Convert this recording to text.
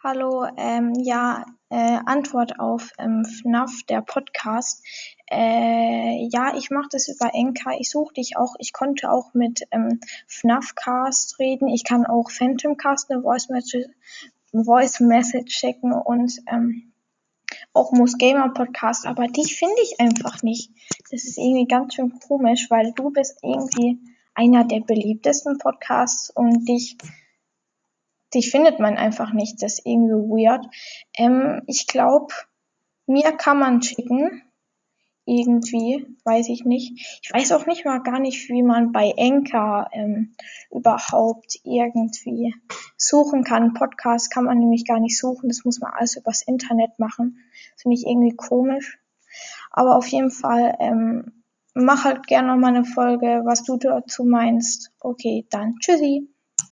Hallo, Antwort auf FNAF, der Podcast. Ja, ich mache das über Anchor. Ich suche dich auch. Ich konnte auch mit FNAFcast reden. Ich kann auch Phantomcast eine Voice Message schicken und auch Moose Gamer Podcast. Aber dich finde ich einfach nicht. Das ist irgendwie ganz schön komisch, weil du bist irgendwie einer der beliebtesten Podcasts und dich findet man einfach nicht. Das ist irgendwie weird. Ich glaube, mir kann man schicken. Irgendwie, weiß ich nicht. Ich weiß auch nicht mal gar nicht, wie man bei Anchor überhaupt irgendwie suchen kann. Podcast kann man nämlich gar nicht suchen. Das muss man alles übers Internet machen. Das finde ich irgendwie komisch. Aber auf jeden Fall, mach halt gerne noch mal eine Folge, was du dazu meinst. Okay, dann tschüssi.